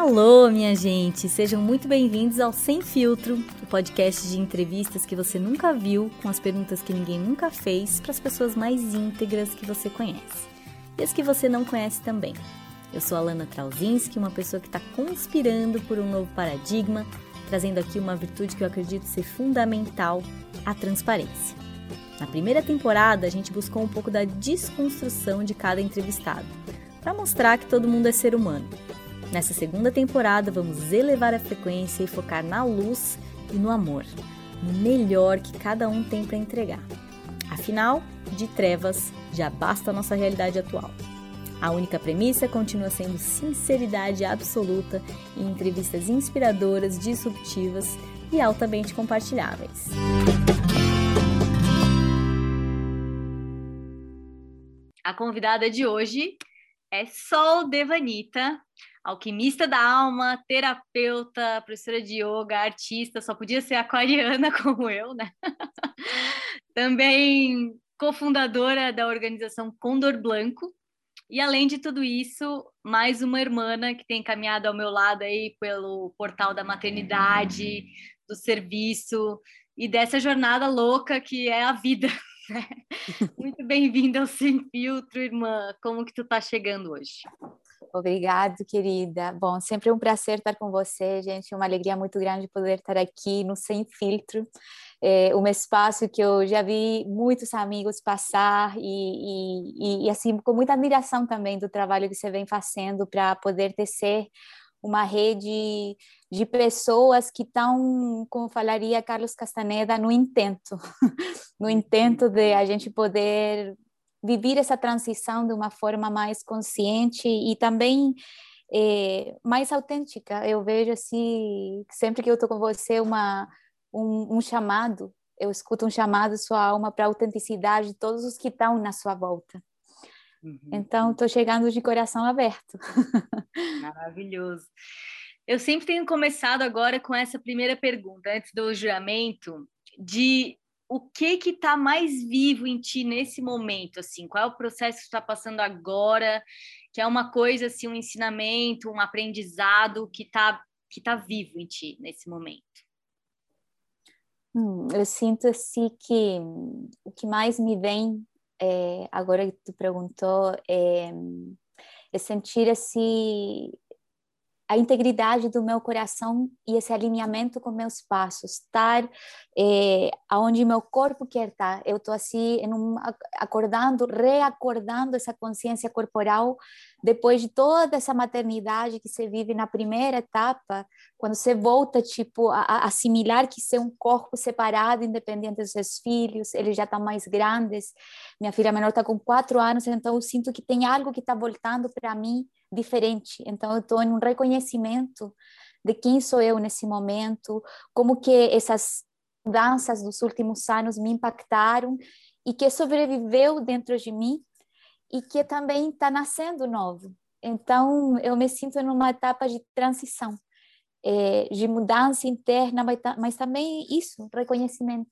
Alô, minha gente! Sejam muito bem-vindos ao Sem Filtro, o podcast de entrevistas que você nunca viu, com as perguntas que ninguém nunca fez, para as pessoas mais íntegras que você conhece. E as que você não conhece também. Eu sou a Lana Trauzinski, uma pessoa que está conspirando por um novo paradigma, trazendo aqui uma virtude que eu acredito ser fundamental, a transparência. Na primeira temporada, a gente buscou um pouco da desconstrução de cada entrevistado, para mostrar que todo mundo é ser humano. Nessa segunda temporada, vamos elevar a frequência e focar na luz e no amor, no melhor que cada um tem para entregar. Afinal, de trevas já basta a nossa realidade atual. A única premissa continua sendo sinceridade absoluta e entrevistas inspiradoras, disruptivas e altamente compartilháveis. A convidada de hoje é Sol Devanita, alquimista da alma, terapeuta, professora de yoga, artista, só podia ser aquariana como eu, né? Também cofundadora da organização Condor Blanco. E além de tudo isso, mais uma irmã que tem caminhado ao meu lado aí pelo portal da maternidade, do serviço e dessa jornada louca que é a vida. Muito bem-vinda ao Sem Filtro, irmã. Como que tu tá chegando hoje? Obrigada, querida. Bom, sempre um prazer estar com você, gente. Uma alegria muito grande poder estar aqui no Sem Filtro, um espaço que eu já vi muitos amigos passar e assim, com muita admiração também do trabalho que você vem fazendo para poder tecer uma rede de pessoas que estão, como falaria Carlos Castaneda, no intento, no intento de a gente poder viver essa transição de uma forma mais consciente e também mais autêntica. Eu vejo assim, sempre que eu estou com você, um chamado, eu escuto um chamado à sua alma para a autenticidade de todos os que estão na sua volta. Então, estou chegando de coração aberto. Maravilhoso. Eu sempre tenho começado agora com essa primeira pergunta, antes do juramento, de o que está mais vivo em ti nesse momento, assim, qual é o processo que tu está passando agora, que é uma coisa, assim, um ensinamento, um aprendizado que tá vivo em ti nesse momento? Eu sinto assim que o que mais me vem, agora que tu perguntou, é sentir assim a integridade do meu coração e esse alinhamento com meus passos, estar aonde meu corpo quer estar. Eu estou assim, acordando, reacordando essa consciência corporal depois de toda essa maternidade que você vive na primeira etapa, quando você volta tipo a assimilar que ser um corpo separado, independente dos seus filhos, eles já estão mais grandes. Minha filha menor está com 4 anos, então eu sinto que tem algo que está voltando para mim diferente. Então eu estou em um reconhecimento de quem sou eu nesse momento, como que essas mudanças dos últimos anos me impactaram e que sobreviveu dentro de mim e que também está nascendo novo. Então eu me sinto numa etapa de transição, de mudança interna, mas também isso, reconhecimento.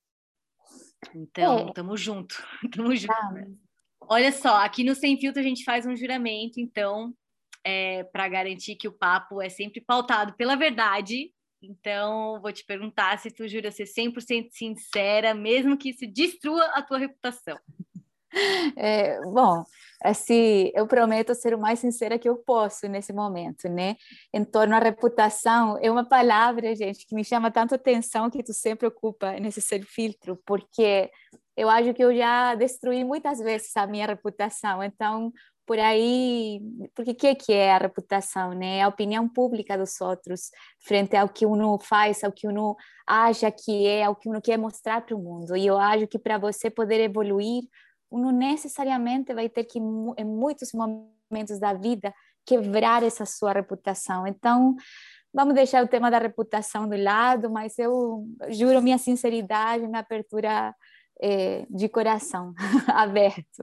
Então, tamo junto. Tamo junto. Tá. Olha só, aqui no Sem Filtro a gente faz um juramento, então, para garantir que o papo é sempre pautado pela verdade. Então, vou te perguntar se tu jura ser 100% sincera, mesmo que isso destrua a tua reputação. Bom, assim, eu prometo ser o mais sincera que eu posso nesse momento, né? Em torno à reputação, é uma palavra, gente, que me chama tanto atenção que tu sempre ocupa nesse ser filtro, porque eu acho que eu já destruí muitas vezes a minha reputação, então, por aí, porque o que é a reputação, né? É a opinião pública dos outros frente ao que uno faz, ao que uno acha que é, ao que uno quer mostrar para o mundo, e eu acho que para você poder evoluir, não necessariamente vai ter que, em muitos momentos da vida, quebrar essa sua reputação. Então, vamos deixar o tema da reputação do lado, mas eu juro minha sinceridade, minha abertura de coração aberto.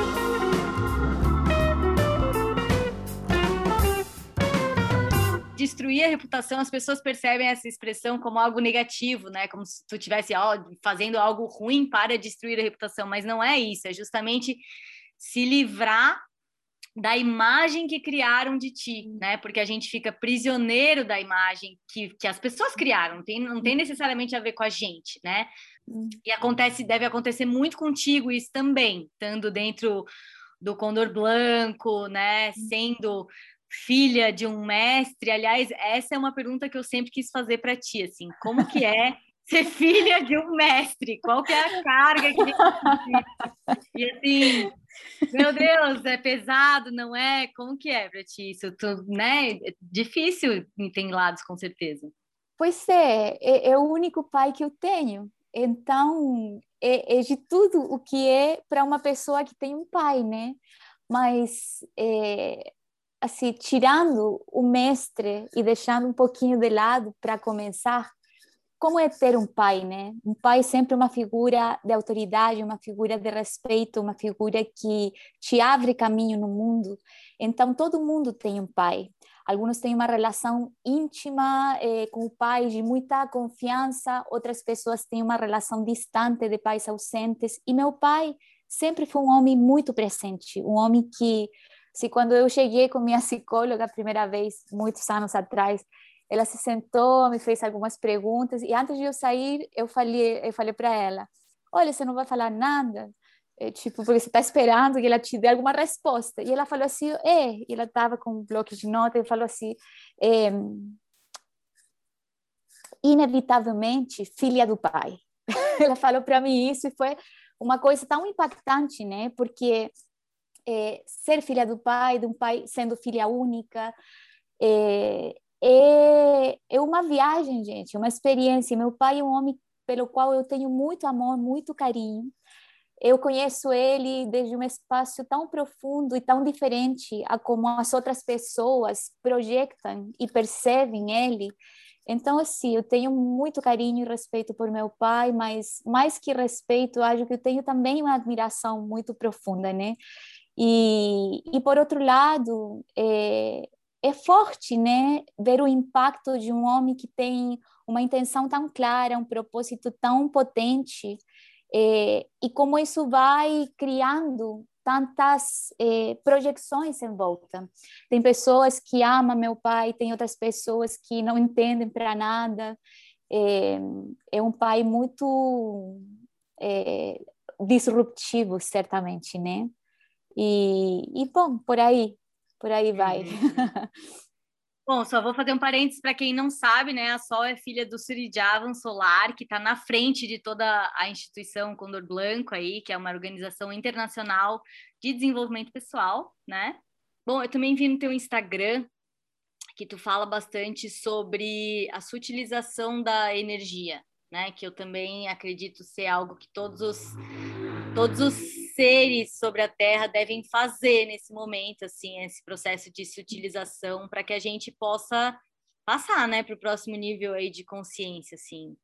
Destruir a reputação, as pessoas percebem essa expressão como algo negativo, né? Como se tu estivesse fazendo algo ruim para destruir a reputação, mas não é isso, é justamente se livrar da imagem que criaram de ti, né? Porque a gente fica prisioneiro da imagem que as pessoas criaram, não tem necessariamente a ver com a gente, né? E deve acontecer muito contigo isso também, estando dentro do Condor Blanco, né? Sendo filha de um mestre. Aliás, essa é uma pergunta que eu sempre quis fazer para ti, assim, como que é ser filha de um mestre? Qual que é a carga que tem e assim, meu Deus, é pesado, não é? Como que é para ti isso? Né? É difícil, tem lados, com certeza. Pois é o único pai que eu tenho. Então, é de tudo o que é para uma pessoa que tem um pai, né? Mas, assim, tirando o mestre e deixando um pouquinho de lado para começar, como é ter um pai, né? Um pai sempre é uma figura de autoridade, uma figura de respeito, uma figura que te abre caminho no mundo. Então, todo mundo tem um pai. Alguns têm uma relação íntima com o pai, de muita confiança. Outras pessoas têm uma relação distante de pais ausentes. E meu pai sempre foi um homem muito presente, um homem que, se quando eu cheguei com minha psicóloga a primeira vez, muitos anos atrás, ela se sentou, me fez algumas perguntas e antes de eu sair, eu falei para ela: olha, você não vai falar nada? Tipo, porque você está esperando que ela te dê alguma resposta. E ela falou assim, e ela estava com um bloco de nota e falou assim, inevitavelmente, filha do pai. Ela falou para mim isso e foi uma coisa tão impactante, né? Porque ser filha do pai, de um pai sendo filha única, é uma viagem, gente, uma experiência. Meu pai é um homem pelo qual eu tenho muito amor, muito carinho. Eu conheço ele desde um espaço tão profundo e tão diferente a como as outras pessoas projetam e percebem ele. Então, assim, eu tenho muito carinho e respeito por meu pai, mas mais que respeito, acho que eu tenho também uma admiração muito profunda, né? E por outro lado, é forte, né, ver o impacto de um homem que tem uma intenção tão clara, um propósito tão potente, e como isso vai criando tantas projeções em volta. Tem pessoas que amam meu pai, tem outras pessoas que não entendem para nada. É um pai muito é, disruptivo, certamente, né? E bom, por aí vai. Uhum. Bom, só vou fazer um parênteses para quem não sabe, né? A Sol é filha do Surijavan Solar, que está na frente de toda a instituição Condor Blanco aí, que é uma organização internacional de desenvolvimento pessoal, né? Bom, eu também vi no teu Instagram que tu fala bastante sobre a sutilização da energia, né? Que eu também acredito ser algo que todos os seres sobre a Terra devem fazer nesse momento, assim, esse processo de sutilização para que a gente possa passar, né, para o próximo nível aí de consciência, assim.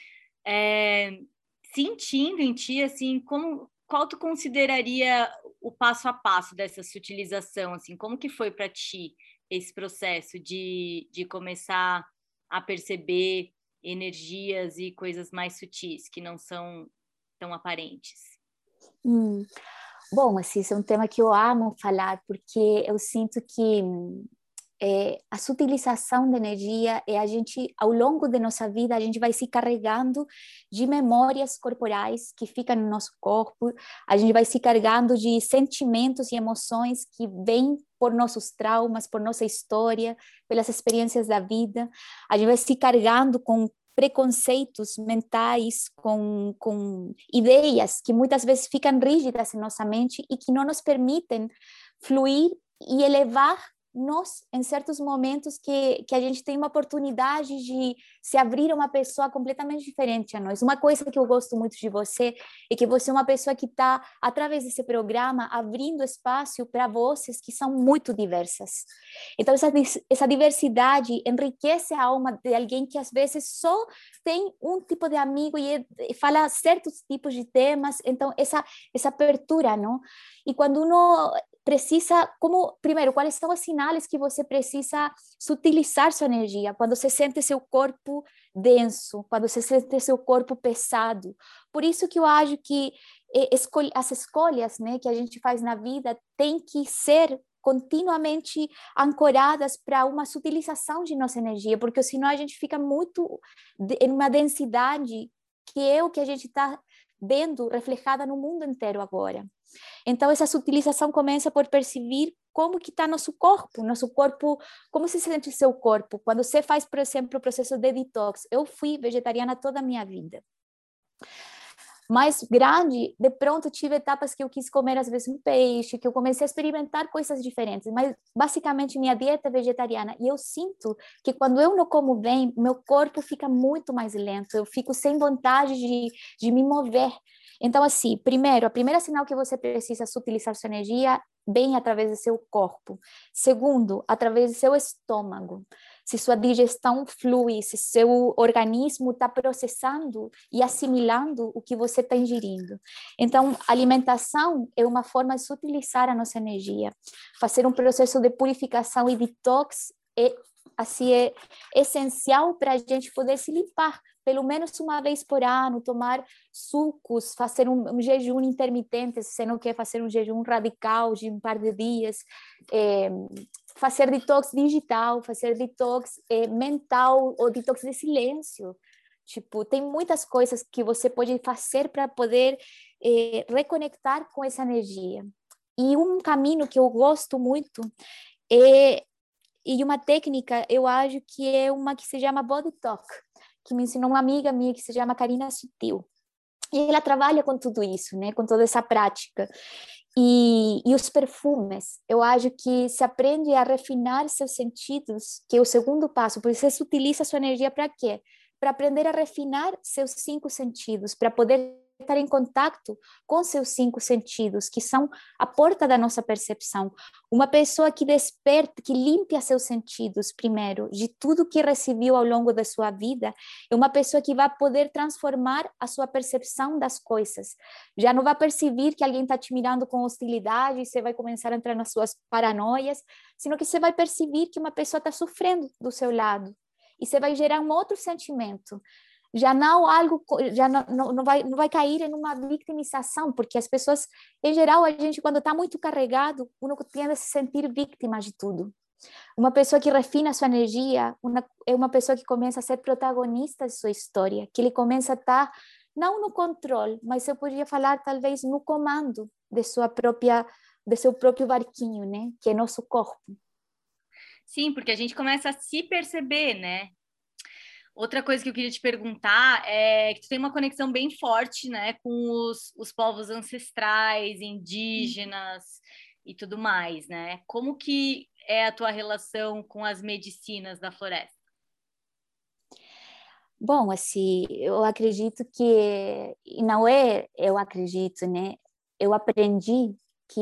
Sentindo em ti, assim, qual tu consideraria o passo a passo dessa sutilização, assim, como que foi para ti esse processo de começar a perceber energias e coisas mais sutis que não são tão aparentes? Bom, assim, esse é um tema que eu amo falar, porque eu sinto que a sutilização da energia é a gente, ao longo da nossa vida, a gente vai se carregando de memórias corporais que ficam no nosso corpo, a gente vai se carregando de sentimentos e emoções que vêm por nossos traumas, por nossa história, pelas experiências da vida, a gente vai se carregando com preconceitos mentais, com ideias que muitas vezes ficam rígidas em nossa mente e que não nos permitem fluir e elevar nós, em certos momentos que a gente tem uma oportunidade de se abrir a uma pessoa completamente diferente a nós. Uma coisa que eu gosto muito de você é que você é uma pessoa que está, através desse programa, abrindo espaço para vozes que são muito diversas. Então, essa diversidade enriquece a alma de alguém que, às vezes, só tem um tipo de amigo e fala certos tipos de temas. Então, essa abertura, não? E quando uno precisa, primeiro, quais são os sinais que você precisa sutilizar sua energia? Quando você sente seu corpo denso, quando você sente seu corpo pesado. Por isso que eu acho que as escolhas, né, que a gente faz na vida tem que ser continuamente ancoradas para uma sutilização de nossa energia, porque senão a gente fica muito em uma densidade que é o que a gente está vendo reflejada no mundo inteiro agora. Então, essa sutilização começa por perceber como que está nosso corpo, como se sente seu corpo. Quando você faz, por exemplo, o processo de detox, eu fui vegetariana toda a minha vida. Mais grande, de pronto tive etapas que eu quis comer às vezes um peixe, que eu comecei a experimentar coisas diferentes, mas basicamente minha dieta é vegetariana e eu sinto que quando eu não como bem, meu corpo fica muito mais lento, eu fico sem vontade de me mover. Então, assim, primeiro, a primeira sinal que você precisa utilizar sua energia bem através do seu corpo. Segundo, através do seu estômago. Se sua digestão flui, se seu organismo está processando e assimilando o que você está ingerindo. Então, alimentação é uma forma de utilizar a nossa energia. Fazer um processo de purificação e detox é essencial para a gente poder se limpar, pelo menos uma vez por ano, tomar sucos, fazer um jejum intermitente, se você não quer fazer um jejum radical de um par de dias, fazer detox digital, fazer detox mental ou detox de silêncio. Tipo, tem muitas coisas que você pode fazer para poder reconectar com essa energia. E um caminho que eu gosto muito e uma técnica, eu acho que é uma que se chama Body Talk, que me ensinou uma amiga minha que se chama Karina Sutil. E ela trabalha com tudo isso, né? Com toda essa prática. E os perfumes, eu acho que se aprende a refinar seus sentidos, que é o segundo passo, porque você utiliza sua energia para quê? Para aprender a refinar seus 5 sentidos, para poder estar em contato com seus 5 sentidos, que são a porta da nossa percepção. Uma pessoa que desperta, que limpa seus sentidos primeiro, de tudo que recebeu ao longo da sua vida, é uma pessoa que vai poder transformar a sua percepção das coisas. Já não vai perceber que alguém está te mirando com hostilidade, você vai começar a entrar nas suas paranoias, sino que você vai perceber que uma pessoa está sofrendo do seu lado. E você vai gerar um outro sentimento. Já não vai cair em uma vitimização, porque as pessoas, em geral, a gente quando está muito carregado, uno tende a se sentir vítima de tudo. Uma pessoa que refina sua energia é uma pessoa que começa a ser protagonista de sua história, que ele começa a estar não no controle, mas eu poderia falar talvez no comando de seu próprio barquinho, né, que é nosso corpo. Sim, porque a gente começa a se perceber, né? Outra coisa que eu queria te perguntar é que tu tem uma conexão bem forte, né, com os povos ancestrais, indígenas e tudo mais, né? Como que é a tua relação com as medicinas da floresta? Bom, assim, eu acredito que, e não é, eu acredito, né? Eu aprendi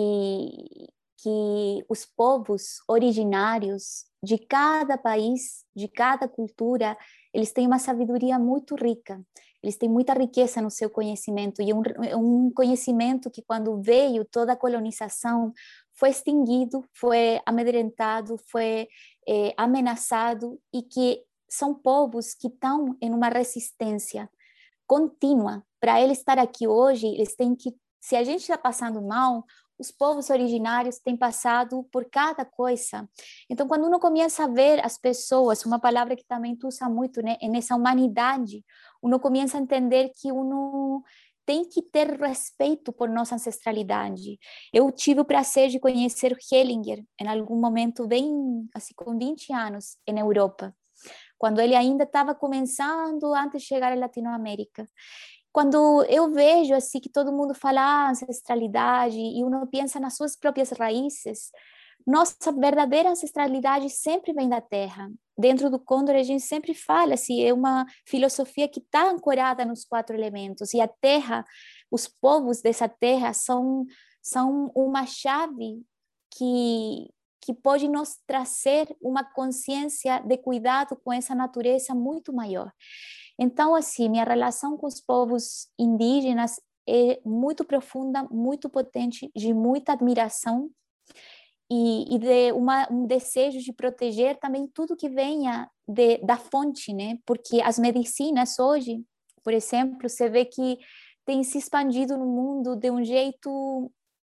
que os povos originários de cada país, de cada cultura, eles têm uma sabedoria muito rica, eles têm muita riqueza no seu conhecimento, e um conhecimento que quando veio toda a colonização foi extinguido, foi amedrentado, foi ameaçado, e que são povos que estão em uma resistência contínua. Para eles estar aqui hoje, eles têm que, se a gente está passando mal, os povos originários têm passado por cada coisa. Então, quando uno começa a ver as pessoas, uma palavra que também tu usa muito, né, nessa humanidade, uno começa a entender que uno tem que ter respeito por nossa ancestralidade. Eu tive o prazer de conhecer Hellinger em algum momento, bem assim, com 20 anos, na Europa, quando ele ainda estava começando antes de chegar à Latinoamérica. Quando eu vejo assim que todo mundo fala ancestralidade e uno pensa nas suas próprias raízes, nossa verdadeira ancestralidade sempre vem da terra. Dentro do Condor a gente sempre fala assim, é uma filosofia que está ancorada nos 4 elementos, e a terra, os povos dessa terra são uma chave que pode nos trazer uma consciência de cuidado com essa natureza muito maior. Então, assim, minha relação com os povos indígenas é muito profunda, muito potente, de muita admiração e de um desejo de proteger também tudo que venha da fonte, né? Porque as medicinas hoje, por exemplo, você vê que tem se expandido no mundo de um jeito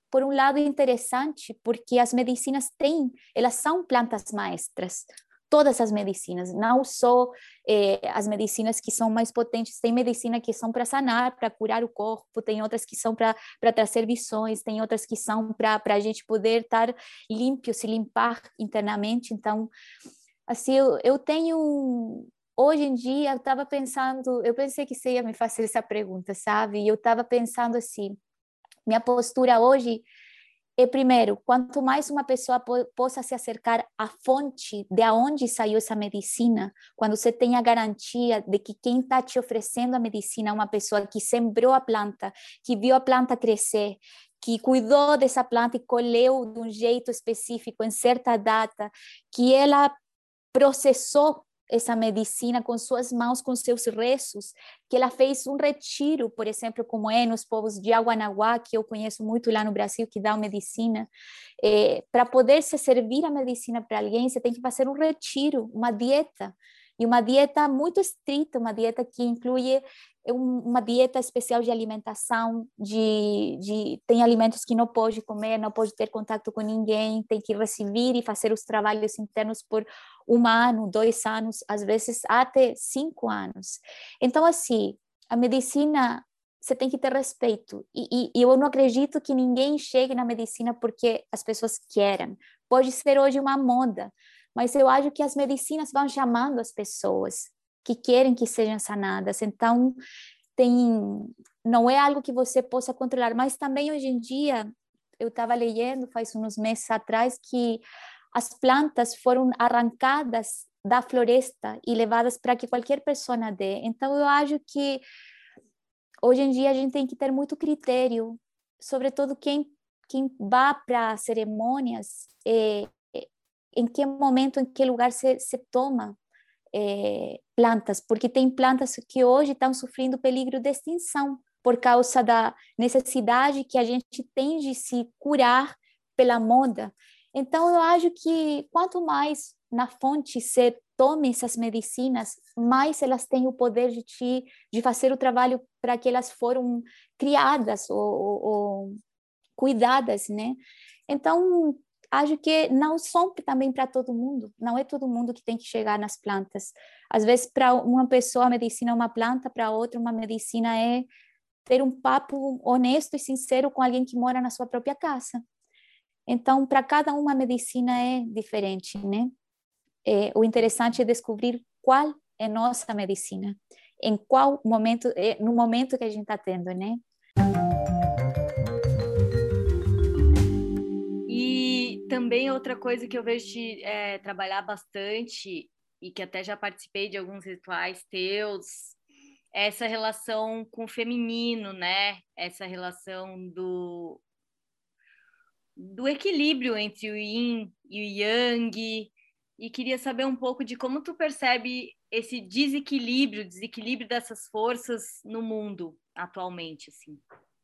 por um lado, interessante, porque as medicinas elas são plantas maestras. Todas as medicinas, não só as medicinas que são mais potentes, tem medicina que são para sanar, para curar o corpo, tem outras que são para trazer visões, tem outras que são para a gente poder estar limpo, se limpar internamente. Então, assim, eu tenho... Hoje em dia, eu pensei que você ia me fazer essa pergunta, sabe? E eu estava pensando assim, minha postura hoje é, primeiro, quanto mais uma pessoa possa se acercar à fonte de onde saiu essa medicina, quando você tem a garantia de que quem está te oferecendo a medicina é uma pessoa que sembrou a planta, que viu a planta crescer, que cuidou dessa planta e colheu de um jeito específico, em certa data, que ela processou essa medicina com suas mãos, com seus rezos, que ela fez um retiro, por exemplo, como é nos povos de Aguanaguá, que eu conheço muito lá no Brasil, que dão medicina. Para poder se servir a medicina para alguém, você tem que fazer um retiro, uma dieta, e uma dieta muito estrita, uma dieta que inclui uma dieta especial de alimentação, tem alimentos que não pode comer, não pode ter contato com ninguém, tem que receber e fazer os trabalhos internos por 1 ano, 2 anos, às vezes até 5 anos. Então, assim, a medicina, você tem que ter respeito. E eu não acredito que ninguém chegue na medicina porque as pessoas querem. Pode ser hoje uma moda, mas eu acho que as medicinas vão chamando as pessoas que querem que sejam sanadas. Então, não é algo que você possa controlar, mas também hoje em dia, eu estava lendo faz uns meses atrás que as plantas foram arrancadas da floresta e levadas para que qualquer pessoa dê. Então, eu acho que hoje em dia a gente tem que ter muito critério, sobretudo quem vá para cerimônias, em que momento, em que lugar se toma plantas, porque tem plantas que hoje estão sofrendo peligro de extinção por causa da necessidade que a gente tem de se curar pela moda. Então, eu acho que quanto mais na fonte você tome essas medicinas, mais elas têm o poder de fazer o trabalho para que elas foram criadas ou cuidadas, né? Então, acho que não são também para todo mundo, não é todo mundo que tem que chegar nas plantas. Às vezes, para uma pessoa, a medicina é uma planta, para outra, uma medicina é ter um papo honesto e sincero com alguém que mora na sua própria casa. Então, para cada uma, a medicina é diferente, né? O interessante é descobrir qual é nossa medicina, em qual momento, no momento que a gente está tendo, né? E também outra coisa que eu vejo te trabalhar bastante e que até já participei de alguns rituais teus, é essa relação com o feminino, né? Essa relação do equilíbrio entre o yin e o yang. E queria saber um pouco de como tu percebe esse desequilíbrio dessas forças no mundo atualmente, assim.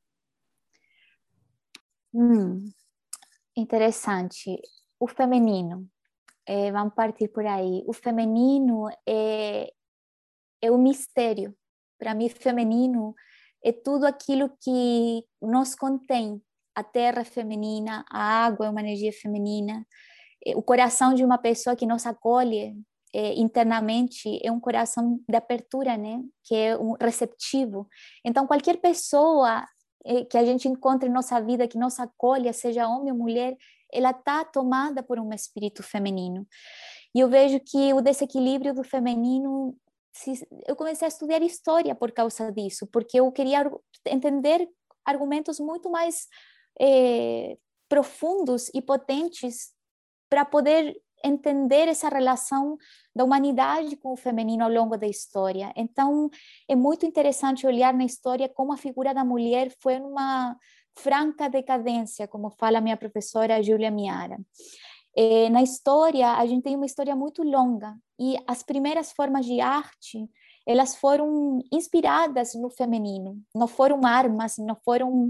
Interessante. O feminino, vamos partir por aí. O feminino é o mistério. Para mim, feminino é tudo aquilo que nos contém. A terra é feminina, a água é uma energia feminina, o coração de uma pessoa que nos acolhe internamente é um coração de abertura, né? Que é um receptivo. Então, qualquer pessoa que a gente encontre em nossa vida, que nos acolha, seja homem ou mulher, ela está tomada por um espírito feminino. E eu vejo que o desequilíbrio do feminino, eu comecei a estudar história por causa disso, porque eu queria entender argumentos muito mais profundos e potentes para poder entender essa relação da humanidade com o feminino ao longo da história. Então, é muito interessante olhar na história como a figura da mulher foi numa franca decadência, como fala minha professora Júlia Miara. Na história, a gente tem uma história muito longa e as primeiras formas de arte, elas foram inspiradas no feminino, não foram armas, não foram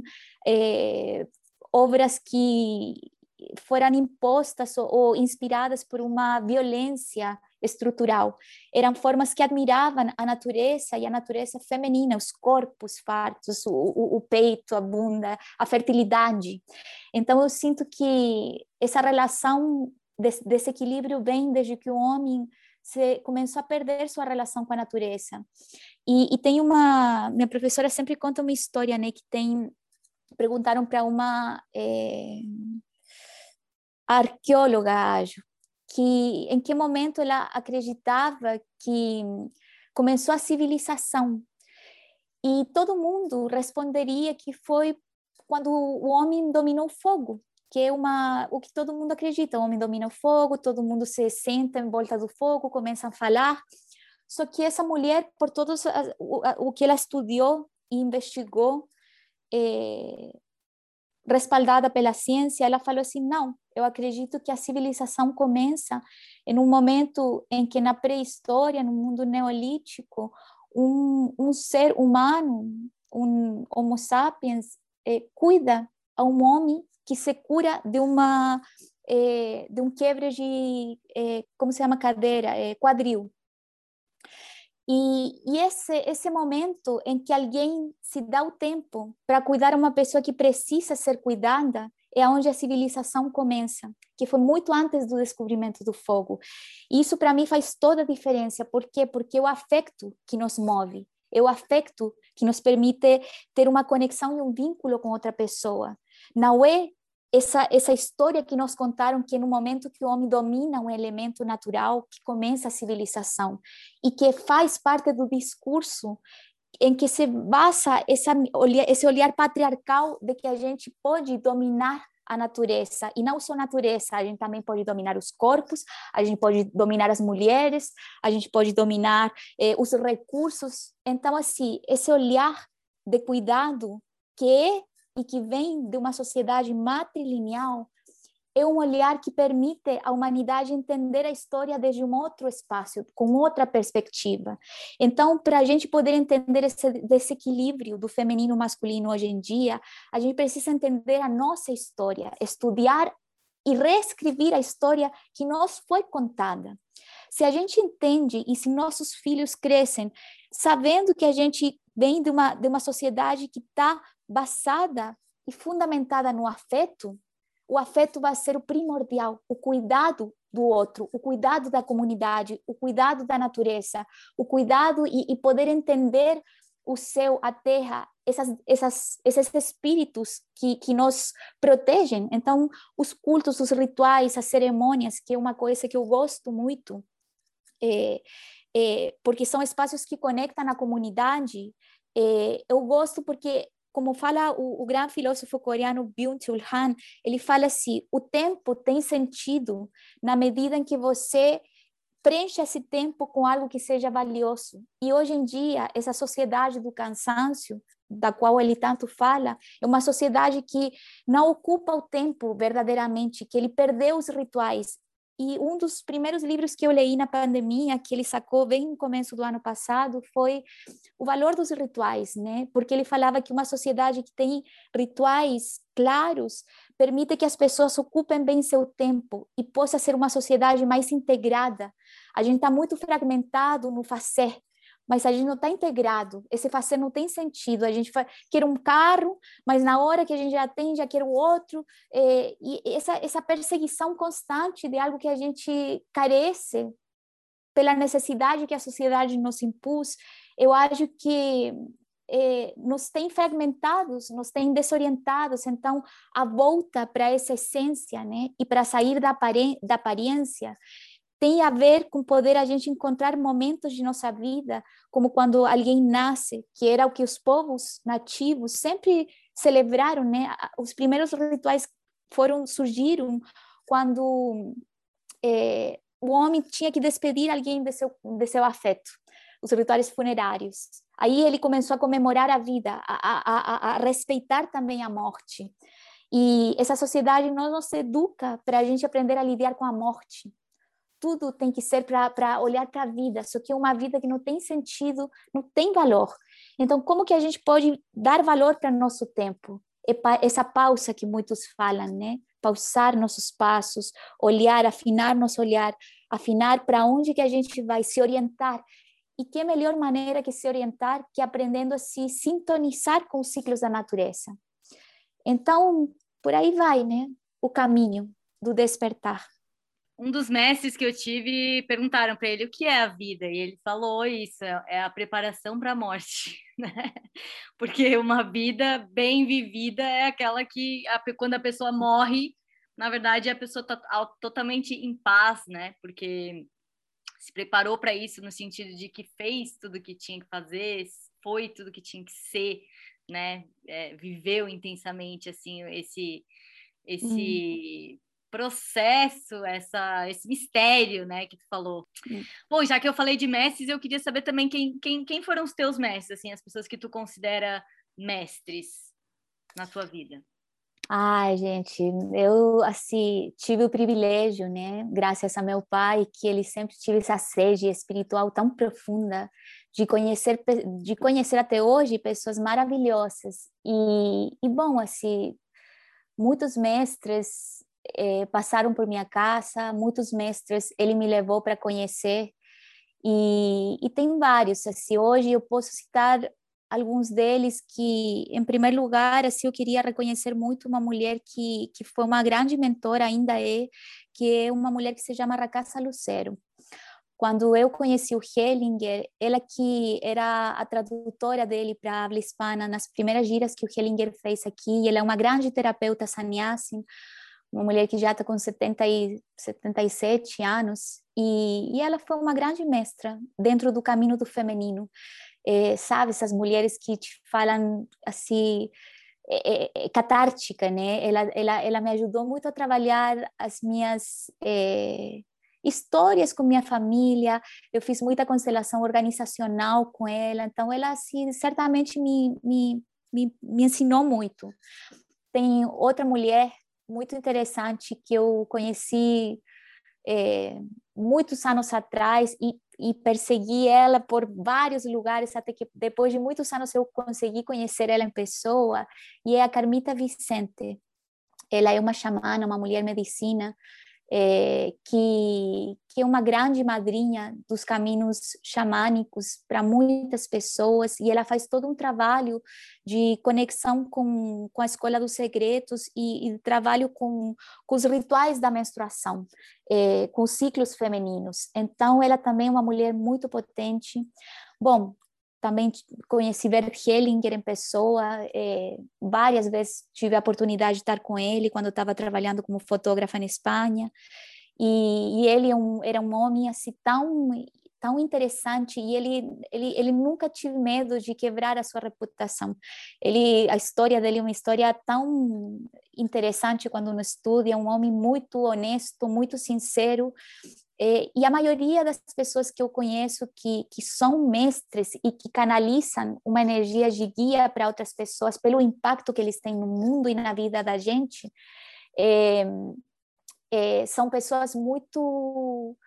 obras que foram impostas ou inspiradas por uma violência estrutural. Eram formas que admiravam a natureza e a natureza feminina, os corpos fartos, o peito, a bunda, a fertilidade. Então, eu sinto que essa relação desse equilíbrio vem desde que o homem começou a perder sua relação com a natureza. E tem minha professora sempre conta uma história, né, que perguntaram para uma arqueóloga, acho, que em que momento ela acreditava que começou a civilização. E todo mundo responderia que foi quando o homem dominou o fogo, que é o que todo mundo acredita. O homem domina o fogo, todo mundo se senta em volta do fogo, começa a falar. Só que essa mulher, por o que ela estudou e investigou, respaldada pela ciência, ela falou assim, não, eu acredito que a civilização começa em um momento em que na pré-história, no mundo neolítico, um ser humano, um Homo sapiens, cuida a um homem que se cura de um quebre de, como se chama, cadeira, quadril. E esse momento em que alguém se dá o tempo para cuidar de uma pessoa que precisa ser cuidada é onde a civilização começa, que foi muito antes do descobrimento do fogo. E isso para mim faz toda a diferença. Por quê? Porque é o afeto que nos move, é o afeto que nos permite ter uma conexão e um vínculo com outra pessoa. Não é essa história que nos contaram que no momento que o homem domina um elemento natural, que começa a civilização, e que faz parte do discurso em que se basa esse olhar patriarcal de que a gente pode dominar a natureza, e não só a natureza, a gente também pode dominar os corpos, a gente pode dominar as mulheres, a gente pode dominar os recursos. Então, assim, esse olhar de cuidado e que vem de uma sociedade matrilineal, é um olhar que permite à humanidade entender a história desde um outro espaço, com outra perspectiva. Então, para a gente poder entender esse desequilíbrio do feminino e masculino hoje em dia, a gente precisa entender a nossa história, estudar e reescrever a história que nos foi contada. Se a gente entende e se nossos filhos crescem sabendo que a gente vem de uma sociedade que está basada e fundamentada no afeto, o afeto vai ser o primordial, o cuidado do outro, o cuidado da comunidade, o cuidado da natureza, o cuidado e poder entender o céu, a terra, esses espíritos que nos protegem. Então, os cultos, os rituais, as cerimônias, que é uma coisa que eu gosto muito, porque são espaços que conectam a comunidade. Eu gosto porque, como fala o grande filósofo coreano Byung-Chul Han, ele fala assim, o tempo tem sentido na medida em que você preenche esse tempo com algo que seja valioso. E hoje em dia, essa sociedade do cansaço, da qual ele tanto fala, é uma sociedade que não ocupa o tempo verdadeiramente, que ele perdeu os rituais. E um dos primeiros livros que eu li na pandemia, que ele sacou bem no começo do ano passado, foi O Valor dos Rituais, né? Porque ele falava que uma sociedade que tem rituais claros permite que as pessoas ocupem bem seu tempo e possa ser uma sociedade mais integrada. A gente está muito fragmentado no fazer, mas a gente não está integrado. Esse fazer não tem sentido. A gente quer um carro, mas na hora que a gente já tem, já quer o outro. E essa perseguição constante de algo que a gente carece pela necessidade que a sociedade nos impôs, eu acho que nos tem fragmentados, nos tem desorientados. Então, a volta para essa essência, né, e para sair da aparência, tem a ver com poder a gente encontrar momentos de nossa vida, como quando alguém nasce, que era o que os povos nativos sempre celebraram, né? Os primeiros rituais surgiram quando o homem tinha que despedir alguém de seu afeto, os rituais funerários. Aí ele começou a comemorar a vida, a respeitar também a morte. E essa sociedade não nos educa para a gente aprender a lidar com a morte. Tudo tem que ser para olhar para a vida, só que é uma vida que não tem sentido, não tem valor. Então, como que a gente pode dar valor para nosso tempo? Essa pausa que muitos falam, né? Pausar nossos passos, olhar, afinar nosso olhar afinar para onde que a gente vai se orientar. E que melhor maneira que se orientar que aprendendo a se sintonizar com os ciclos da natureza. Então, por aí vai, né? O caminho do despertar. Um dos mestres que eu tive perguntaram para ele o que é a vida, e ele falou isso, é a preparação para a morte, né? Porque uma vida bem vivida é aquela que, quando a pessoa morre, na verdade, a pessoa está totalmente em paz, né? Porque se preparou para isso no sentido de que fez tudo o que tinha que fazer, foi tudo que tinha que ser, né? Viveu intensamente, assim, esse processo, esse mistério, né, que tu falou. Bom, já que eu falei de mestres, eu queria saber também quem foram os teus mestres, assim, as pessoas que tu considera mestres na tua vida. Ai, gente, eu, assim, tive o privilégio, né, graças a meu pai, que ele sempre tive essa sede espiritual tão profunda de conhecer até hoje pessoas maravilhosas. E bom, assim, muitos mestres passaram por minha casa, muitos mestres ele me levou para conhecer, e tem vários, assim, hoje eu posso citar alguns deles que, em primeiro lugar, assim, eu queria reconhecer muito uma mulher que foi uma grande mentora, ainda é, que é uma mulher que se chama Rakasa Lucero. Quando eu conheci o Hellinger, ela que era a tradutora dele para a habla hispana nas primeiras giras que o Hellinger fez aqui, ela é uma grande terapeuta sannyasi, uma mulher que já está com 77 anos, e ela foi uma grande mestra dentro do caminho do feminino. Sabe, essas mulheres que te falam assim, catártica, né? Ela me ajudou muito a trabalhar as minhas histórias com minha família, eu fiz muita constelação organizacional com ela, então ela assim, certamente me ensinou muito. Tem outra mulher muito interessante que eu conheci muitos anos atrás e persegui ela por vários lugares, até que depois de muitos anos eu consegui conhecer ela em pessoa, e é a Carmita Vicente. Ela é uma xamana, uma mulher medicina, que é uma grande madrinha dos caminhos xamânicos para muitas pessoas, e ela faz todo um trabalho de conexão com a Escola dos Segredos e trabalho com os rituais da menstruação, com os ciclos femininos. Então, ela também é uma mulher muito potente. Bom, também conheci Bert Hellinger em pessoa, várias vezes tive a oportunidade de estar com ele quando eu estava trabalhando como fotógrafa na Espanha, e ele era um homem assim tão interessante, e ele nunca tive medo de quebrar a sua reputação. A história dele é uma história tão interessante quando uno estuda, é um homem muito honesto, muito sincero. E a maioria das pessoas que eu conheço que são mestres e que canalizam uma energia de guia para outras pessoas pelo impacto que eles têm no mundo e na vida da gente, são pessoas muito,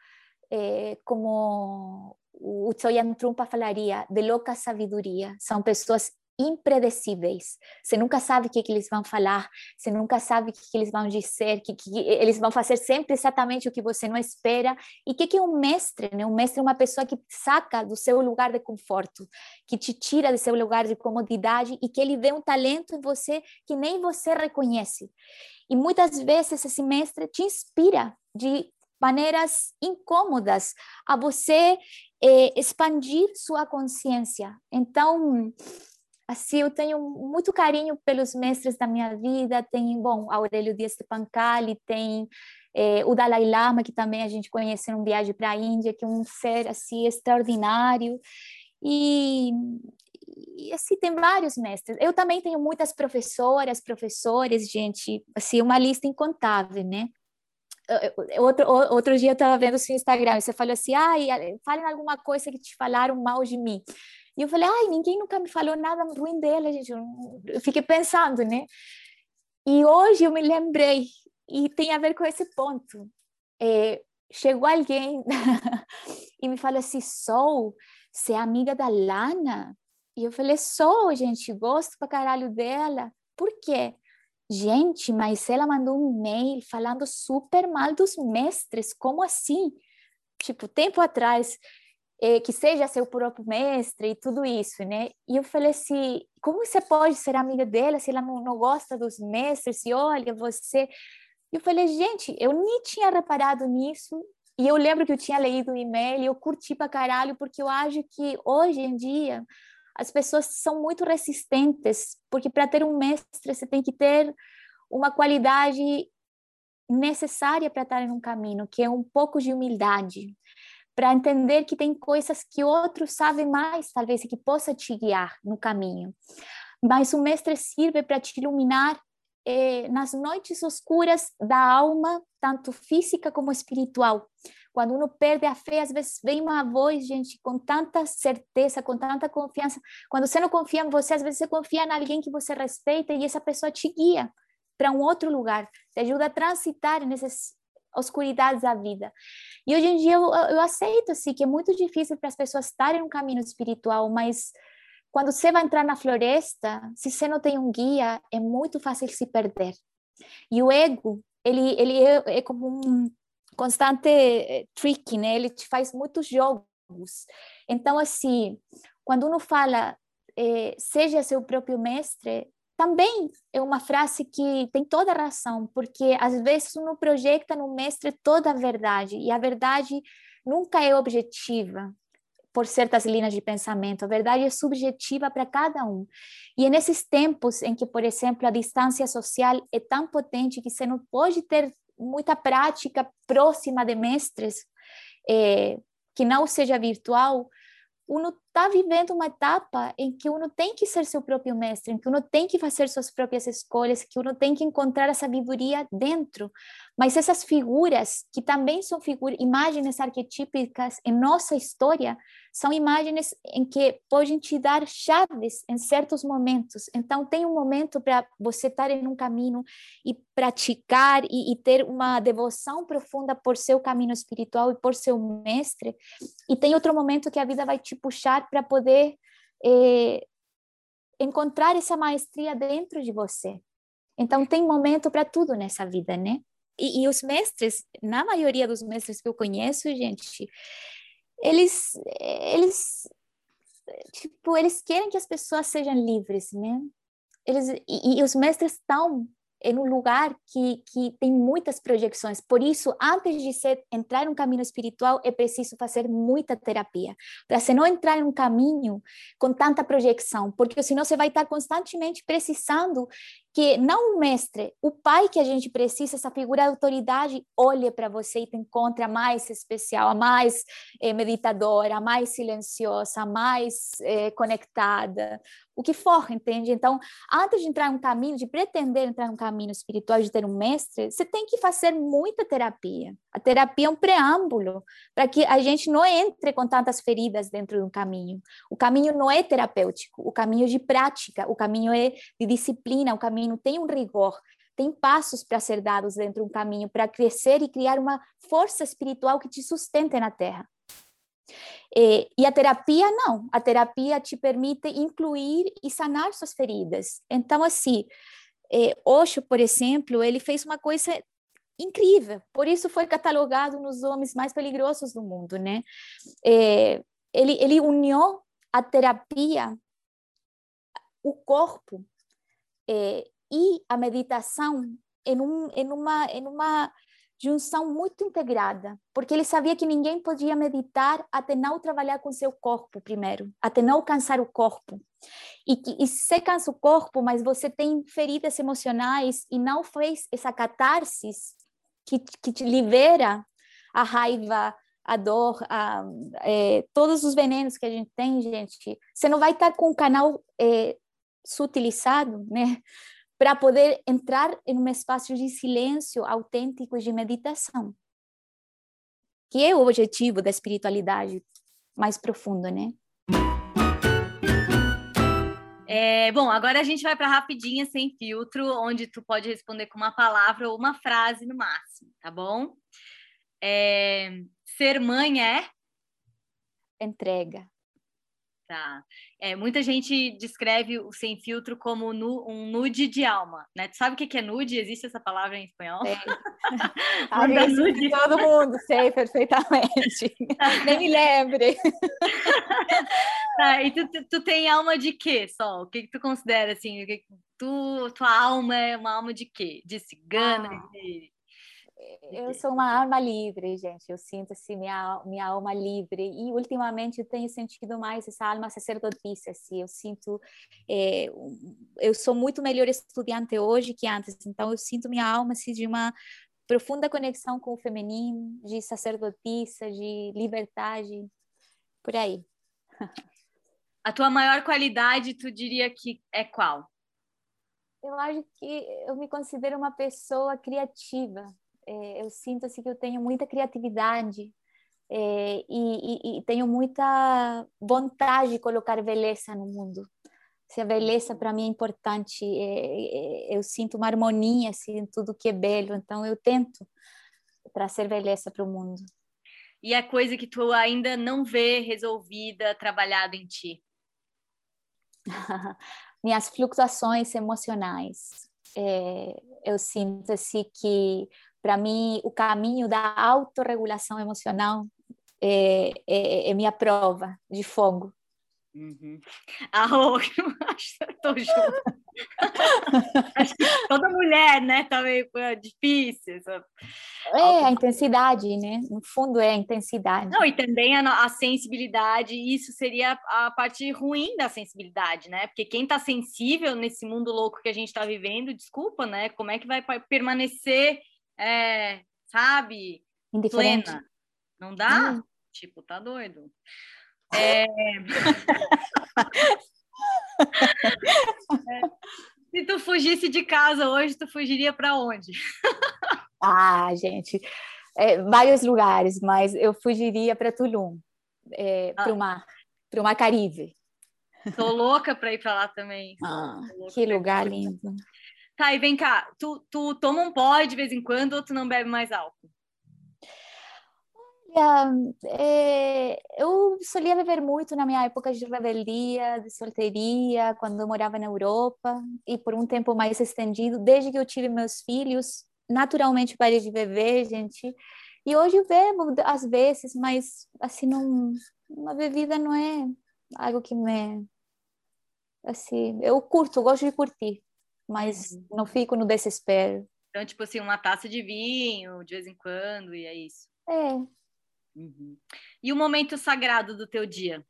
como o Choyan Trungpa falaria, de louca sabedoria. São pessoas impredecíveis. Você nunca sabe o que eles vão falar, você nunca sabe o que eles vão dizer, que eles vão fazer sempre exatamente o que você não espera. E o que é um mestre, né? Um mestre é uma pessoa que saca do seu lugar de conforto, que te tira do seu lugar de comodidade e que ele vê um talento em você que nem você reconhece. E muitas vezes esse mestre te inspira de maneiras incômodas a você expandir sua consciência. Então, assim, eu tenho muito carinho pelos mestres da minha vida. Tem, bom, Aurélio Dias de Pancali, tem o Dalai Lama, que também a gente conhece em viagem para a Índia, que é um ser assim extraordinário. E assim, tem vários mestres. Eu também tenho muitas professoras, professores, gente, assim, uma lista incontável, né? Outro dia eu estava vendo o seu Instagram e você falou assim, falem alguma coisa que te falaram mal de mim. E eu falei, ninguém nunca me falou nada ruim dela, gente. Eu fiquei pensando, né? E hoje eu me lembrei, e tem a ver com esse ponto. Chegou alguém e me falou assim, você é amiga da Lana? E eu falei, sou, gente, gosto pra caralho dela. Por quê? Gente, mas ela mandou um e-mail falando super mal dos mestres, como assim? tipo, tempo atrás, que seja seu próprio mestre e tudo isso, né? E eu falei assim, como você pode ser amiga dela se ela não gosta dos mestres? E olha, você... E eu falei, gente, eu nem tinha reparado nisso. E eu lembro que eu tinha lido o e-mail e eu curti pra caralho, porque eu acho que hoje em dia as pessoas são muito resistentes, porque para ter um mestre você tem que ter uma qualidade necessária para estar em um caminho, que é um pouco de humildade, para entender que tem coisas que outros sabem mais, talvez, e que possa te guiar no caminho. Mas o mestre serve para te iluminar nas noites escuras da alma, tanto física como espiritual. Quando uno perde a fé, às vezes vem uma voz, gente, com tanta certeza, com tanta confiança. Quando você não confia em você, às vezes você confia em alguém que você respeita e essa pessoa te guia para um outro lugar, te ajuda a transitar nessas oscuridades da vida. E hoje em dia eu aceito assim, que é muito difícil para as pessoas estarem no caminho espiritual, mas quando você vai entrar na floresta, se você não tem um guia, é muito fácil se perder. E o ego, ele é como um constante trick, né? Ele te faz muitos jogos. Então, assim, quando uno fala seja seu próprio mestre, também é uma frase que tem toda a razão, porque às vezes uno projeta no mestre toda a verdade, e a verdade nunca é objetiva por certas linhas de pensamento, a verdade é subjetiva para cada um. E é nesses tempos em que, por exemplo, a distância social é tão potente que você não pode ter muita prática próxima de mestres, que não seja virtual, uno está vivendo uma etapa em que uno tem que ser seu próprio mestre, em que uno tem que fazer suas próprias escolhas, que uno tem que encontrar a sabedoria dentro. Mas essas figuras, que também são imagens arquetípicas em nossa história, são imagens em que podem te dar chaves em certos momentos. Então, tem um momento para você estar em um caminho e praticar e ter uma devoção profunda por seu caminho espiritual e por seu mestre. E tem outro momento que a vida vai te puxar para poder encontrar essa maestria dentro de você. Então, tem momento para tudo nessa vida, né? E os mestres, na maioria dos mestres que eu conheço, gente, tipo, eles querem que as pessoas sejam livres, né? E os mestres estão em um lugar que tem muitas projeções. Por isso, antes de você entrar em um caminho espiritual, é preciso fazer muita terapia, para você não entrar em um caminho com tanta projeção, porque senão você vai estar constantemente precisando que não o mestre, o pai que a gente precisa, essa figura de autoridade, olhe para você e te encontre a mais especial, a mais meditadora, a mais silenciosa, a mais conectada, o que for, entende? Então, antes de entrar em um caminho, de pretender entrar em um caminho espiritual, de ter um mestre, você tem que fazer muita terapia. A terapia é um preâmbulo para que a gente não entre com tantas feridas dentro de um caminho. O caminho não é terapêutico, o caminho é de prática, o caminho é de disciplina, o caminho tem um rigor, tem passos para ser dados dentro de um caminho, para crescer e criar uma força espiritual que te sustente na Terra. E a terapia, não. A terapia te permite incluir e sanar suas feridas. Então, assim, Osho, por exemplo, ele fez uma coisa incrível. Por isso foi catalogado nos homens mais peligrosos do mundo, né? Ele uniu a terapia, o corpo e a meditação em uma junção muito integrada, porque ele sabia que ninguém podia meditar até não trabalhar com seu corpo primeiro, até não cansar o corpo. E você cansa o corpo, mas você tem feridas emocionais e não fez essa catarse que te libera a raiva, a dor, todos os venenos que a gente tem, gente. Você não vai estar com o canal sutilizado, né? Para poder entrar em um espaço de silêncio autêntico de meditação, que é o objetivo da espiritualidade mais profunda, né? Bom, agora a gente vai para rapidinha, sem filtro, onde tu pode responder com uma palavra ou uma frase no máximo, tá bom? Ser mãe é? Entrega. Tá. Muita gente descreve o Sem Filtro como um nude de alma, né? Tu sabe o que é nude? Existe essa palavra em espanhol? Sei. Manda Isso nude. todo mundo, sei perfeitamente. Nem me lembre. Tá, e tu tem alma de quê, Sol? O que tu considera, assim? Tua alma é uma alma de quê? De cigana? Ah, De eu quê? sou uma alma livre, gente. Eu sinto assim minha alma livre e ultimamente eu tenho sentido mais essa alma sacerdotisa. Assim, eu sinto, eu sou muito melhor estudante hoje que antes. Então eu sinto minha alma assim de uma profunda conexão com o feminino, de sacerdotisa, de liberdade, por aí. A tua maior qualidade, tu diria que é qual? Eu acho que eu me considero uma pessoa criativa. Eu sinto assim que eu tenho muita criatividade e tenho muita vontade de colocar beleza no mundo. Se a beleza para mim é importante, eu sinto uma harmonia assim, em tudo que é belo. Então eu tento trazer beleza para o mundo. E a coisa que tu ainda não vê resolvida, trabalhado em ti? Minhas flutuações emocionais. Eu sinto assim que, para mim, o caminho da autorregulação emocional é minha prova de fogo. Uhum. Acho que tô junto. Acho que toda mulher, né, tá meio difícil. A intensidade, né? No fundo é a intensidade. Não, e também a sensibilidade, isso seria a parte ruim da sensibilidade, né? Porque quem tá sensível nesse mundo louco que a gente tá vivendo, desculpa, né? Como é que vai permanecer, sabe, Indiferente. plena? Não dá? Tipo, tá doido. Se tu fugisse de casa hoje, tu fugiria para onde? Gente, vários lugares, mas eu fugiria para Tulum, para o Mar Caribe. Tô louca para ir para lá também. Que lugar lindo. Tá, e vem cá, tu toma um pó de vez em quando ou tu não bebe mais álcool? Eu solia beber muito na minha época de rebeldia, de solteria, quando eu morava na Europa, e por um tempo mais estendido, desde que eu tive meus filhos, naturalmente parei de beber, gente. E hoje eu bebo às vezes, mas assim, não, uma bebida não é algo que me. Assim, eu curto, gosto de curtir, mas não fico no desespero. Então, tipo assim, uma taça de vinho de vez em quando, e é isso. É. Uhum. E o momento sagrado do teu dia?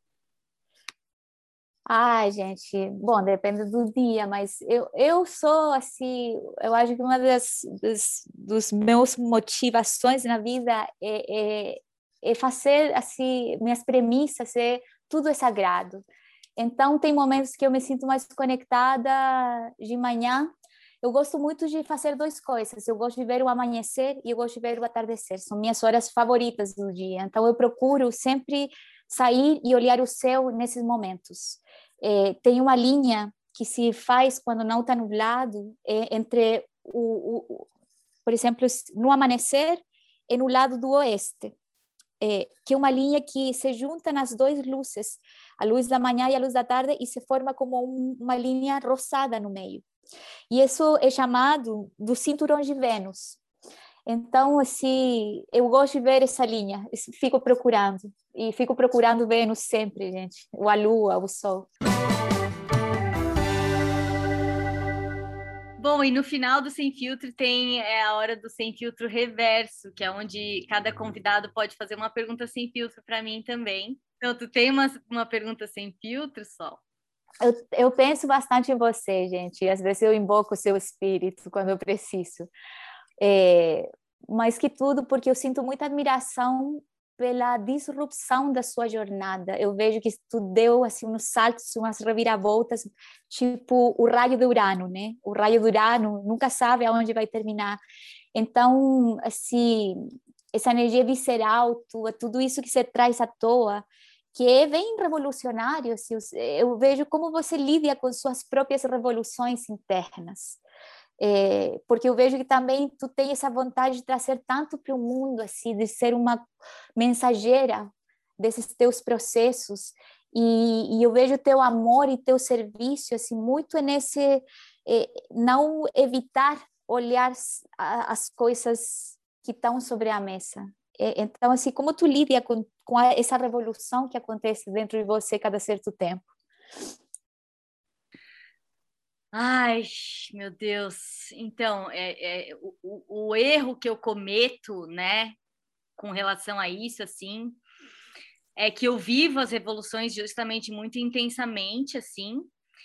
Gente, bom, depende do dia, mas eu sou assim, eu acho que uma dos meus motivações na vida é fazer assim, minhas premissas, tudo é sagrado. Então, tem momentos que eu me sinto mais conectada de manhã. Eu gosto muito de fazer duas coisas. Eu gosto de ver o amanhecer e eu gosto de ver o atardecer. São minhas horas favoritas do dia. Então, eu procuro sempre sair e olhar o céu nesses momentos. Tem uma linha que se faz quando não está nublado entre por exemplo, no amanhecer e no lado do oeste, que é uma linha que se junta nas duas luzes, a luz da manhã e a luz da tarde, e se forma como uma linha rosada no meio. E isso é chamado do cinturão de Vênus. Então, assim, eu gosto de ver essa linha, fico procurando, e fico procurando Vênus sempre, gente, ou a Lua, o Sol. Bom, e no final do Sem Filtro tem a hora do Sem Filtro Reverso, que é onde cada convidado pode fazer uma pergunta sem filtro para mim também. Então, tu tem uma pergunta sem filtro, Sol? Eu penso bastante em você, gente, e às vezes eu invoco o seu espírito quando eu preciso. Mais que tudo, porque eu sinto muita admiração pela disrupção da sua jornada. Eu vejo que tu deu assim uns saltos, umas reviravoltas, tipo o raio de Urano, né? O raio de Urano nunca sabe aonde vai terminar. Então, assim, essa energia visceral tua, tudo isso que você traz à toa, que é bem revolucionário, assim, eu vejo como você lida com suas próprias revoluções internas. Porque eu vejo que também tu tem essa vontade de trazer tanto para o mundo, assim, de ser uma mensageira desses teus processos, E eu vejo teu amor e teu serviço assim muito nesse não evitar olhar as coisas que estão sobre a mesa. Então, assim, como tu lida com essa revolução que acontece dentro de você cada certo tempo? Ai, meu Deus. Então, o erro que eu cometo, né, com relação a isso, assim, é que eu vivo as revoluções justamente muito intensamente, assim,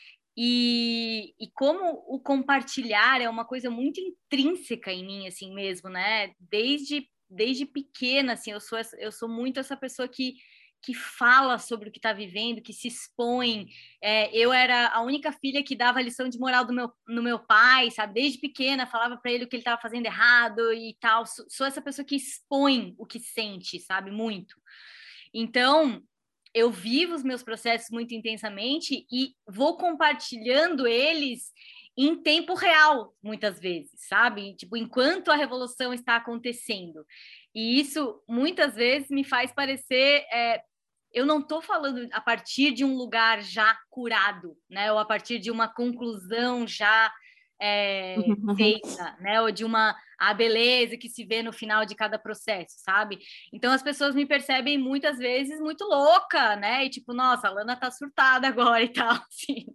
e como o compartilhar é uma coisa muito intrínseca em mim, assim mesmo, né? Desde pequena, assim, eu sou muito essa pessoa que fala sobre o que está vivendo, que se expõe. Eu era a única filha que dava lição de moral no meu pai, sabe? Desde pequena, falava para ele o que ele estava fazendo errado e tal. Sou essa pessoa que expõe o que sente, sabe? Muito. Então, eu vivo os meus processos muito intensamente e vou compartilhando eles em tempo real, muitas vezes, sabe? Tipo, enquanto a revolução está acontecendo. E isso, muitas vezes, me faz parecer... eu não estou falando a partir de um lugar já curado, né? Ou a partir de uma conclusão já feita, né? Ou de a beleza que se vê no final de cada processo, sabe? Então as pessoas me percebem muitas vezes muito louca, né? E tipo, nossa, a Lana tá surtada agora e tal, assim.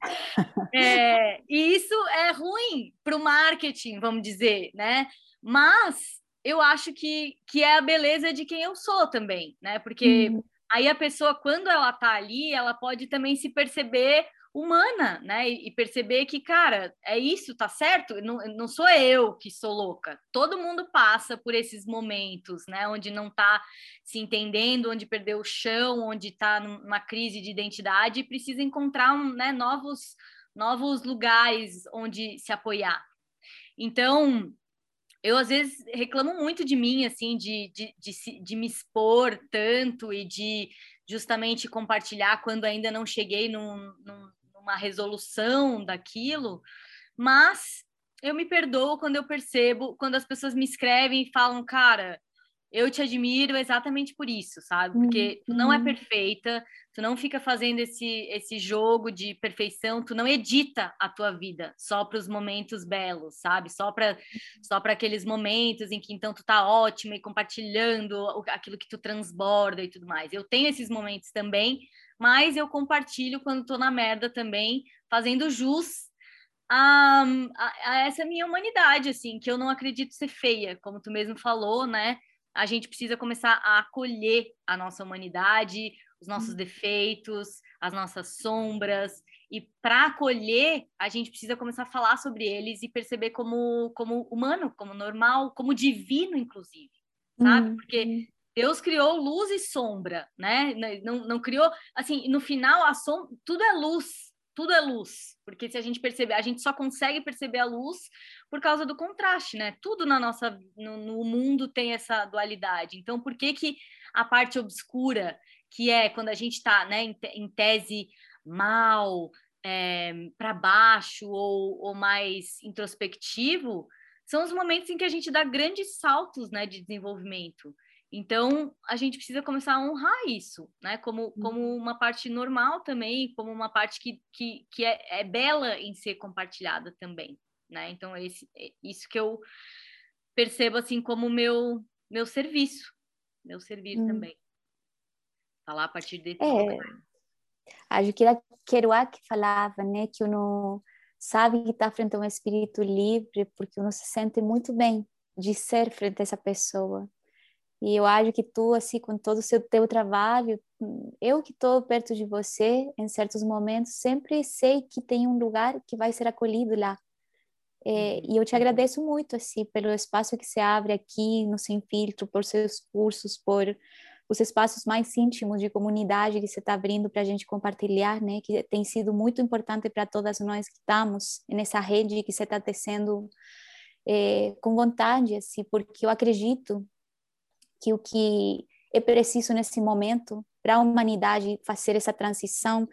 E isso é ruim para o marketing, vamos dizer, né? Mas eu acho que é a beleza de quem eu sou também, né? Porque aí a pessoa, quando ela tá ali, ela pode também se perceber humana, né? E perceber que, cara, é isso, tá certo? Não sou eu que sou louca. Todo mundo passa por esses momentos, né? Onde não tá se entendendo, onde perdeu o chão, onde tá numa crise de identidade e precisa encontrar né, novos lugares onde se apoiar. Então, eu às vezes reclamo muito de mim, assim, de me expor tanto e de justamente compartilhar quando ainda não cheguei numa resolução daquilo, mas eu me perdoo quando eu percebo, quando as pessoas me escrevem e falam, cara, eu te admiro exatamente por isso, sabe? Porque tu não é perfeita, tu não fica fazendo esse jogo de perfeição, tu não edita a tua vida só para os momentos belos, sabe? Só para aqueles momentos em que então tu tá ótima e compartilhando aquilo que tu transborda e tudo mais. Eu tenho esses momentos também, mas eu compartilho quando tô na merda também, fazendo jus a essa minha humanidade, assim, que eu não acredito ser feia, como tu mesmo falou, né? A gente precisa começar a acolher a nossa humanidade, os nossos defeitos, as nossas sombras, e para acolher, a gente precisa começar a falar sobre eles e perceber como humano, como normal, como divino, inclusive, sabe? Porque Deus criou luz e sombra, né? Não criou, assim, no final, tudo é luz, tudo é luz, porque se a gente perceber, a gente só consegue perceber a luz por causa do contraste, né? Tudo no mundo tem essa dualidade. Então, por que a parte obscura, que é quando a gente está, né, em tese mal, para baixo ou mais introspectivo, são os momentos em que a gente dá grandes saltos, né, de desenvolvimento. Então, a gente precisa começar a honrar isso, né? Como uma parte normal também, como uma parte que é bela em ser compartilhada também, né? Então, é isso que eu percebo, assim, como meu serviço, meu servir também. Falar a partir desse lugar. Acho que era Kerouac que falava, né? Que uno sabe que está frente a um espírito livre porque uno se sente muito bem de ser frente a essa pessoa. E eu acho que tu, assim, com todo o teu trabalho, eu que estou perto de você, em certos momentos, sempre sei que tem um lugar que vai ser acolhido lá. E eu te agradeço muito, assim, pelo espaço que você abre aqui no Sem Filtro, por seus cursos, por os espaços mais íntimos de comunidade que você está abrindo para a gente compartilhar, né? Que tem sido muito importante para todas nós que estamos nessa rede que você está tecendo com vontade, assim, porque eu acredito que o que é preciso nesse momento para a humanidade fazer essa transição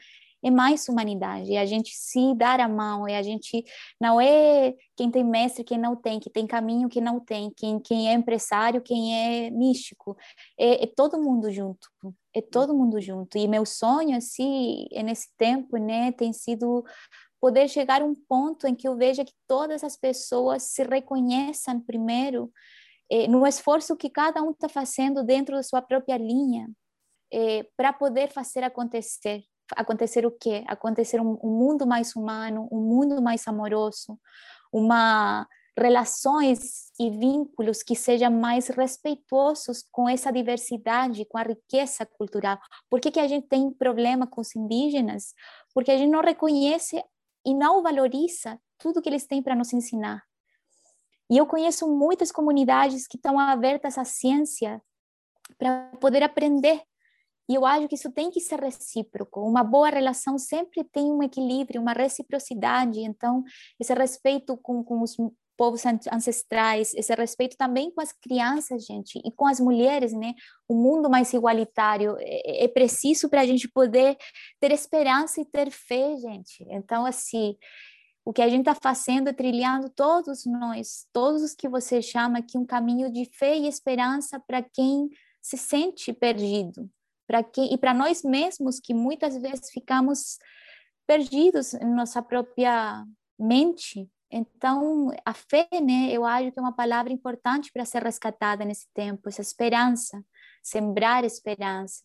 é mais humanidade, é a gente se dar a mão, é a gente, não é quem tem mestre, quem não tem, que tem caminho, quem não tem, quem é empresário, quem é místico, é todo mundo junto, é todo mundo junto, e meu sonho, assim, nesse tempo, né, tem sido poder chegar a um ponto em que eu veja que todas as pessoas se reconheçam primeiro no esforço que cada um está fazendo dentro da sua própria linha, para poder fazer acontecer. Acontecer o quê? Acontecer um mundo mais humano, um mundo mais amoroso, uma relações e vínculos que sejam mais respeitosos com essa diversidade, com a riqueza cultural. Por que a gente tem problema com os indígenas? Porque a gente não reconhece e não valoriza tudo que eles têm para nos ensinar. E eu conheço muitas comunidades que estão abertas à ciência para poder aprender. E eu acho que isso tem que ser recíproco. Uma boa relação sempre tem um equilíbrio, uma reciprocidade. Então, esse respeito com os povos ancestrais, esse respeito também com as crianças, gente, e com as mulheres, né? Um mundo mais igualitário é preciso para a gente poder ter esperança e ter fé, gente. Então, assim, o que a gente está fazendo é trilhando todos nós, todos os que você chama aqui, um caminho de fé e esperança para quem se sente perdido, para quem e para nós mesmos que muitas vezes ficamos perdidos em nossa própria mente. Então, a fé, né, eu acho que é uma palavra importante para ser resgatada nesse tempo, essa esperança, sembrar esperança.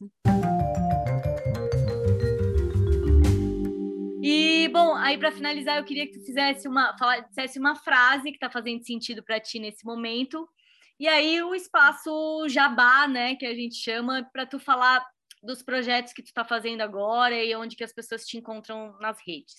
E, bom, aí para finalizar, eu queria que tu dissesse uma frase que está fazendo sentido para ti nesse momento. E aí o espaço jabá, né, que a gente chama, para tu falar dos projetos que tu está fazendo agora e onde que as pessoas te encontram nas redes.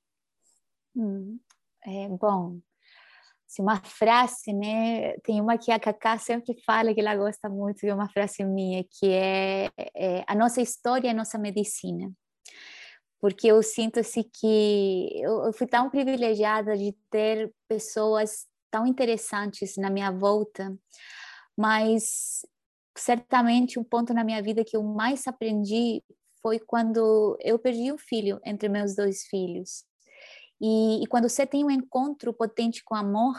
Bom, se uma frase, né, tem uma que a Cacá sempre fala que ela gosta muito, que é uma frase minha, que é a nossa história é a nossa medicina. Porque eu sinto assim que eu fui tão privilegiada de ter pessoas tão interessantes na minha volta, mas certamente um ponto na minha vida que eu mais aprendi foi quando eu perdi um filho entre meus dois filhos. E quando você tem um encontro potente com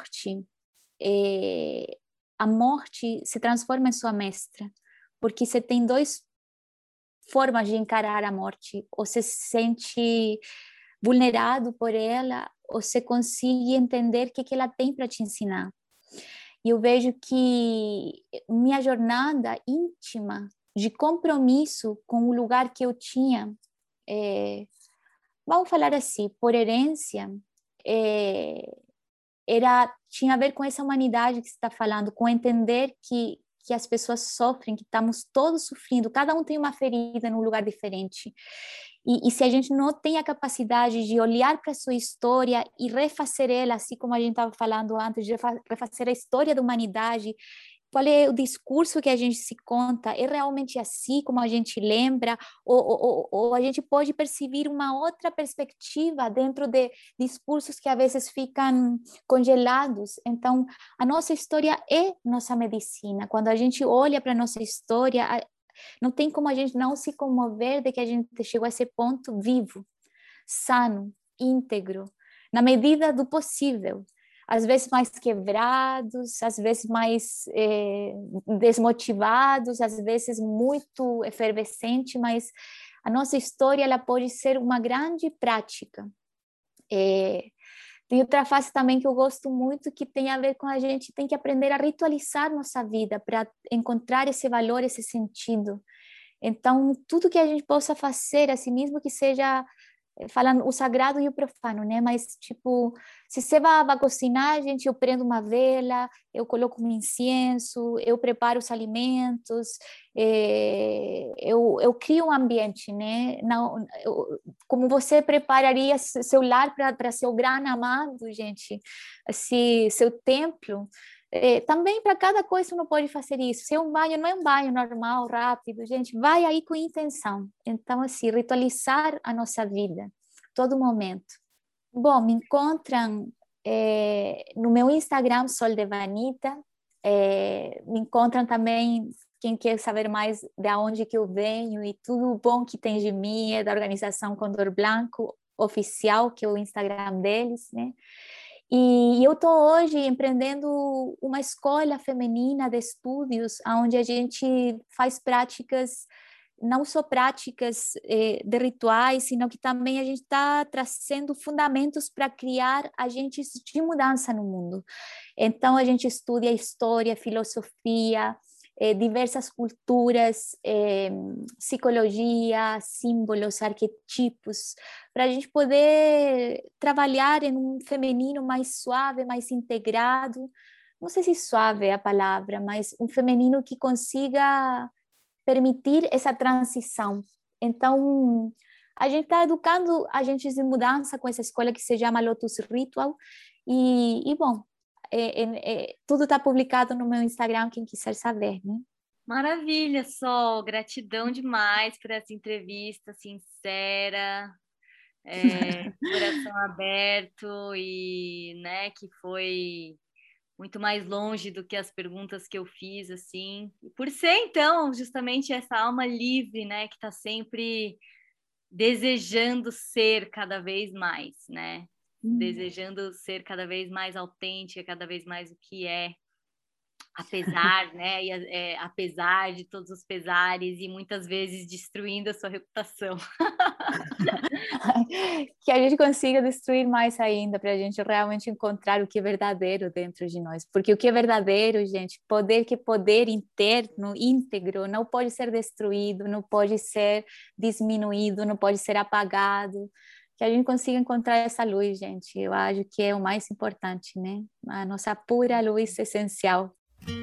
a morte se transforma em sua mestra, porque você tem dois formas de encarar a morte, ou você se sente vulnerado por ela, ou você consegue entender o que ela tem para te ensinar. E eu vejo que minha jornada íntima de compromisso com o lugar que eu tinha, vamos falar assim, por herência, tinha a ver com essa humanidade que você está falando, com entender que as pessoas sofrem, que estamos todos sofrendo, cada um tem uma ferida num lugar diferente. E se a gente não tem a capacidade de olhar para a sua história e refazer ela, assim como a gente estava falando antes, de refazer a história da humanidade, qual é o discurso que a gente se conta? É realmente assim como a gente lembra? Ou a gente pode perceber uma outra perspectiva dentro de discursos que às vezes ficam congelados? Então, a nossa história é nossa medicina. Quando a gente olha para a nossa história, não tem como a gente não se comover de que a gente chegou a esse ponto vivo, sano, íntegro, na medida do possível. Às vezes mais quebrados, às vezes mais desmotivados, às vezes muito efervescente, mas a nossa história ela pode ser uma grande prática. Tem outra fase também que eu gosto muito, que tem a ver com a gente tem que aprender a ritualizar nossa vida para encontrar esse valor, esse sentido. Então, tudo que a gente possa fazer, assim mesmo que seja falando o sagrado e o profano, né? Mas, tipo, se você vai cozinhar, gente, eu prendo uma vela, eu coloco um incenso, eu preparo os alimentos, eu crio um ambiente, né? Não, como você prepararia seu lar para seu grande amado, gente, assim, seu templo. Também para cada coisa você não pode fazer isso. Se é um banho, não é um banho normal, rápido, gente, vai aí com intenção. Então, assim, ritualizar a nossa vida, todo momento. Bom, me encontram no meu Instagram, Sol de Vanita, me encontram também, quem quer saber mais de onde que eu venho e tudo bom que tem de mim, é da organização Condor Blanco Oficial, que é o Instagram deles, né? E eu estou hoje empreendendo uma escola feminina de estudos, onde a gente faz práticas, não só práticas de rituais, sino que também a gente está trazendo fundamentos para criar agentes de mudança no mundo. Então, a gente estuda história, filosofia, diversas culturas, psicologia, símbolos, arquetipos, para a gente poder trabalhar em um feminino mais suave, mais integrado. Não sei se suave é a palavra, mas um feminino que consiga permitir essa transição. Então, a gente está educando agentes de mudança com essa escola que se chama Lotus Ritual. E bom, tudo está publicado no meu Instagram, quem quiser saber, né? Maravilha, Sol, gratidão demais por essa entrevista sincera, coração aberto e, né, que foi muito mais longe do que as perguntas que eu fiz, assim, por ser, então, justamente essa alma livre, né, que está sempre desejando ser cada vez mais, né? Desejando ser cada vez mais autêntica, cada vez mais o que é, apesar, né? Apesar de todos os pesares e muitas vezes destruindo a sua reputação. Que a gente consiga destruir mais ainda, para a gente realmente encontrar o que é verdadeiro dentro de nós. Porque o que é verdadeiro, gente, poder interno, íntegro, não pode ser destruído, não pode ser diminuído, não pode ser apagado. Que a gente consiga encontrar essa luz, gente. Eu acho que é o mais importante, né? A nossa pura luz essencial.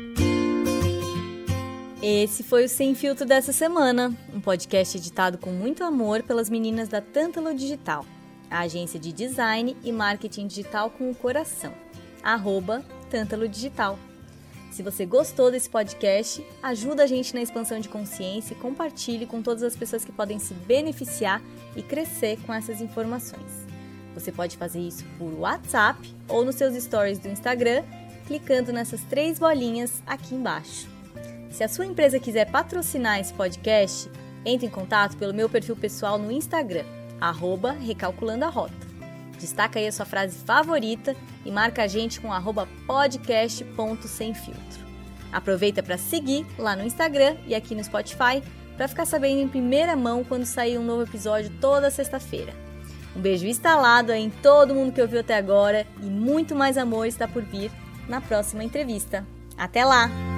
Esse foi o Sem Filtro dessa semana, um podcast editado com muito amor pelas meninas da Tântalo Digital, a agência de design e marketing digital com o coração, @Tântalo Digital. Se você gostou desse podcast, ajuda a gente na expansão de consciência e compartilhe com todas as pessoas que podem se beneficiar e crescer com essas informações. Você pode fazer isso por WhatsApp ou nos seus stories do Instagram, clicando nessas 3 bolinhas aqui embaixo. Se a sua empresa quiser patrocinar esse podcast, entre em contato pelo meu perfil pessoal no Instagram, @recalculandoarota. Destaca aí a sua frase favorita e marca a gente com @podcast.semfiltro. Aproveita para seguir lá no Instagram e aqui no Spotify para ficar sabendo em primeira mão quando sair um novo episódio toda sexta-feira. Um beijo instalado aí em todo mundo que ouviu até agora e muito mais amor está por vir na próxima entrevista. Até lá!